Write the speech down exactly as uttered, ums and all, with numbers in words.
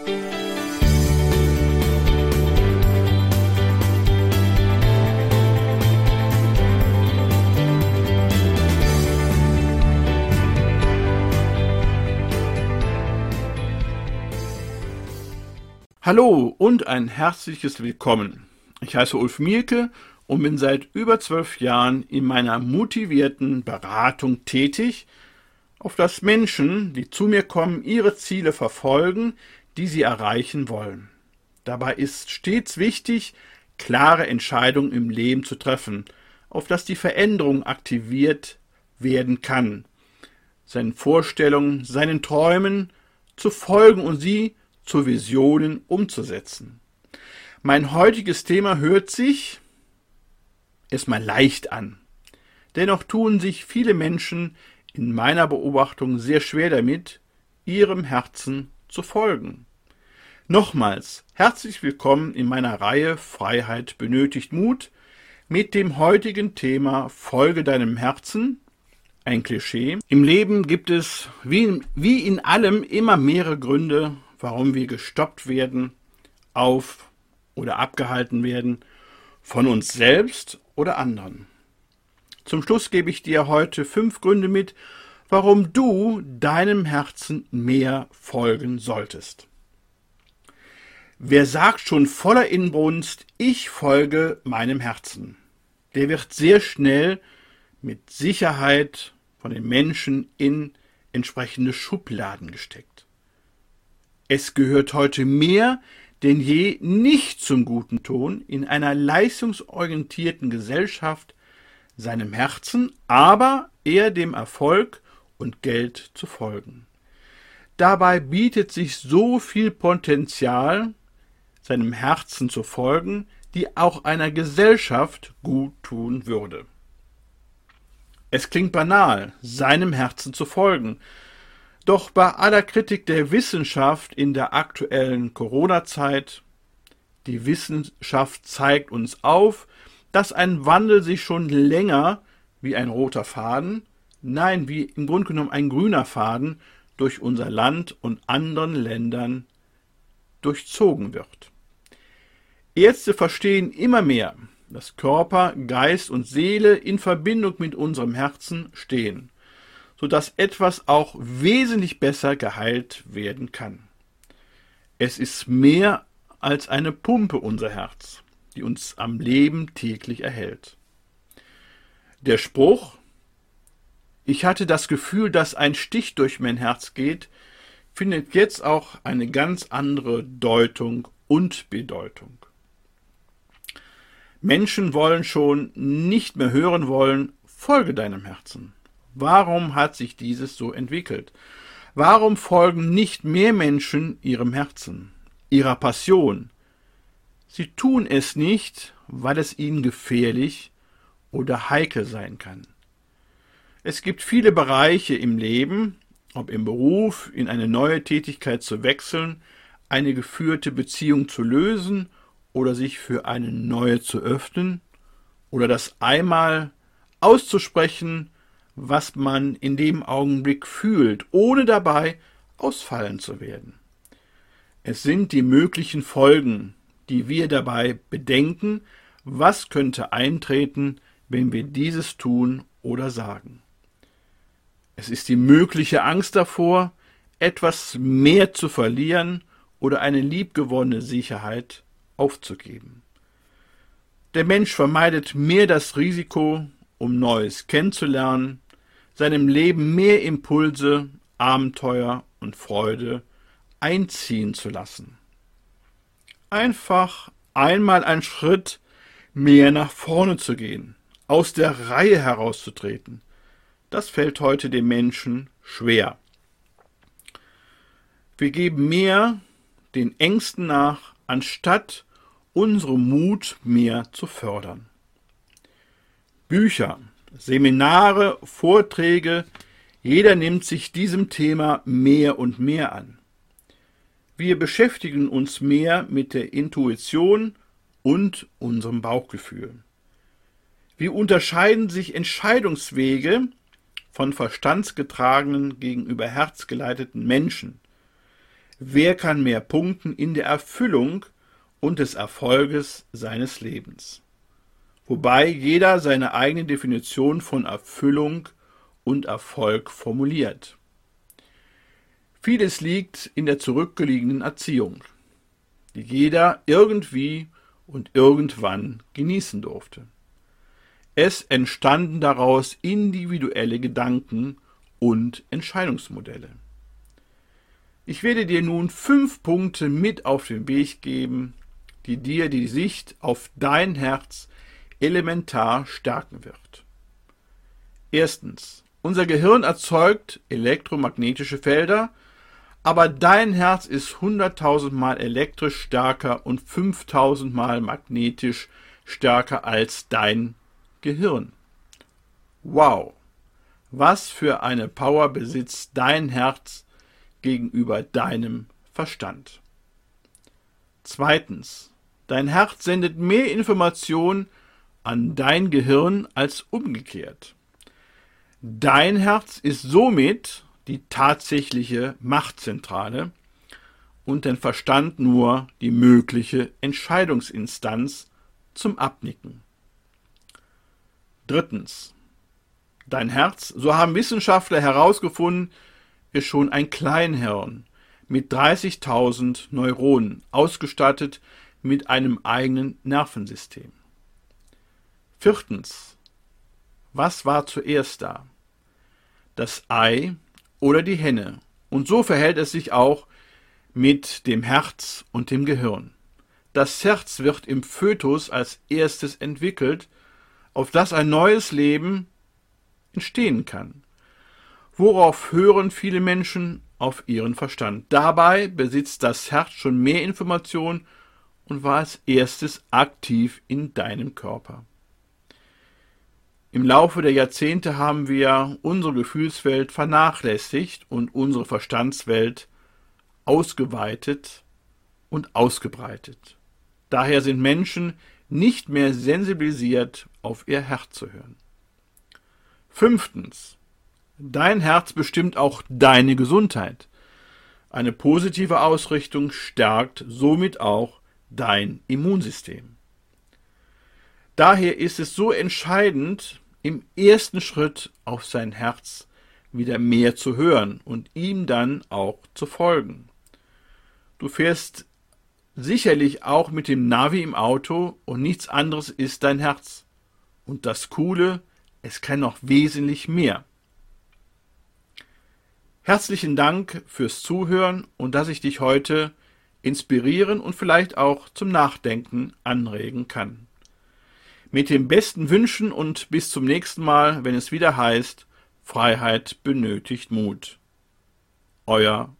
Hallo und ein herzliches Willkommen. Ich heiße Ulf Mielke und bin seit über zwölf Jahren in meiner motivierten Beratung tätig, auf dass Menschen, die zu mir kommen, ihre Ziele verfolgen, die sie erreichen wollen. Dabei ist stets wichtig, klare Entscheidungen im Leben zu treffen, auf dass die Veränderung aktiviert werden kann, seinen Vorstellungen, seinen Träumen zu folgen und sie zu Visionen umzusetzen. Mein heutiges Thema hört sich erstmal leicht an. Dennoch tun sich viele Menschen in meiner Beobachtung sehr schwer damit, ihrem Herzen zu folgen. Nochmals herzlich willkommen in meiner Reihe Freiheit benötigt Mut mit dem heutigen Thema Folge deinem Herzen. Ein Klischee. Im Leben gibt es wie in, wie in allem immer mehrere Gründe, warum wir gestoppt werden, auf- oder abgehalten werden, von uns selbst oder anderen. Zum Schluss gebe ich dir heute fünf Gründe mit, warum du deinem Herzen mehr folgen solltest. Wer sagt schon voller Inbrunst, ich folge meinem Herzen, der wird sehr schnell mit Sicherheit von den Menschen in entsprechende Schubladen gesteckt. Es gehört heute mehr denn je nicht zum guten Ton, in einer leistungsorientierten Gesellschaft seinem Herzen, aber eher dem Erfolg und Geld zu folgen. Dabei bietet sich so viel Potenzial, seinem Herzen zu folgen, die auch einer Gesellschaft gut tun würde. Es klingt banal, seinem Herzen zu folgen. Doch bei aller Kritik der Wissenschaft in der aktuellen Corona-Zeit, die Wissenschaft zeigt uns auf, dass ein Wandel sich schon länger wie ein roter Faden, nein, wie im Grunde genommen ein grüner Faden, durch unser Land und anderen Ländern durchzogen wird. Ärzte verstehen immer mehr, dass Körper, Geist und Seele in Verbindung mit unserem Herzen stehen, sodass etwas auch wesentlich besser geheilt werden kann. Es ist mehr als eine Pumpe, unser Herz, die uns am Leben täglich erhält. Der Spruch, ich hatte das Gefühl, dass ein Stich durch mein Herz geht, findet jetzt auch eine ganz andere Deutung und Bedeutung. Menschen wollen schon nicht mehr hören wollen, folge deinem Herzen. Warum hat sich dieses so entwickelt? Warum folgen nicht mehr Menschen ihrem Herzen, ihrer Passion? Sie tun es nicht, weil es ihnen gefährlich oder heikel sein kann. Es gibt viele Bereiche im Leben, ob im Beruf, in eine neue Tätigkeit zu wechseln, eine geführte Beziehung zu lösen oder sich für eine neue zu öffnen oder das einmal auszusprechen, was man in dem Augenblick fühlt, ohne dabei ausfallen zu werden. Es sind die möglichen Folgen, die wir dabei bedenken, was könnte eintreten, wenn wir dieses tun oder sagen. Es ist die mögliche Angst davor, etwas mehr zu verlieren oder eine liebgewonnene Sicherheit aufzugeben. Der Mensch vermeidet mehr das Risiko, um Neues kennenzulernen, seinem Leben mehr Impulse, Abenteuer und Freude einziehen zu lassen. Einfach einmal einen Schritt mehr nach vorne zu gehen, aus der Reihe herauszutreten, das fällt heute dem Menschen schwer. Wir geben mehr den Ängsten nach, anstatt unseren Mut mehr zu fördern. Bücher, Seminare, Vorträge, jeder nimmt sich diesem Thema mehr und mehr an. Wir beschäftigen uns mehr mit der Intuition und unserem Bauchgefühl. Wie unterscheiden sich Entscheidungswege von verstandsgetragenen gegenüber herzgeleiteten Menschen? Wer kann mehr punkten in der Erfüllung und des Erfolges seines Lebens? Wobei jeder seine eigene Definition von Erfüllung und Erfolg formuliert. Vieles liegt in der zurückgelegenen Erziehung, die jeder irgendwie und irgendwann genießen durfte. Es entstanden daraus individuelle Gedanken und Entscheidungsmodelle. Ich werde dir nun fünf Punkte mit auf den Weg geben, die dir die Sicht auf dein Herz elementar stärken wird. Erstens. Unser Gehirn erzeugt elektromagnetische Felder, aber dein Herz ist hunderttausendmal elektrisch stärker und fünftausendmal magnetisch stärker als dein Gehirn. Wow! Was für eine Power besitzt dein Herz gegenüber deinem Verstand? Zweitens. Dein Herz sendet mehr Information an dein Gehirn als umgekehrt. Dein Herz ist somit die tatsächliche Machtzentrale und dein Verstand nur die mögliche Entscheidungsinstanz zum Abnicken. Drittens. Dein Herz, so haben Wissenschaftler herausgefunden, ist schon ein Kleinhirn mit dreißigtausend Neuronen, ausgestattet mit einem eigenen Nervensystem. Viertens. Was war zuerst da? Das Ei oder die Henne? Und so verhält es sich auch mit dem Herz und dem Gehirn. Das Herz wird im Fötus als erstes entwickelt, auf das ein neues Leben entstehen kann. Worauf hören viele Menschen? Auf ihren Verstand. Dabei besitzt das Herz schon mehr Information und war als erstes aktiv in deinem Körper. Im Laufe der Jahrzehnte haben wir unsere Gefühlswelt vernachlässigt und unsere Verstandswelt ausgeweitet und ausgebreitet. Daher sind Menschen nicht mehr sensibilisiert, auf ihr Herz zu hören. Fünftens. Dein Herz bestimmt auch deine Gesundheit. Eine positive Ausrichtung stärkt somit auch dein Immunsystem. Daher ist es so entscheidend, im ersten Schritt auf sein Herz wieder mehr zu hören und ihm dann auch zu folgen. Du fährst sicherlich auch mit dem Navi im Auto und nichts anderes ist dein Herz. Und das Coole, es kann noch wesentlich mehr. Herzlichen Dank fürs Zuhören und dass ich dich heute inspirieren und vielleicht auch zum Nachdenken anregen kann. Mit den besten Wünschen und bis zum nächsten Mal, wenn es wieder heißt, Freiheit benötigt Mut. Euer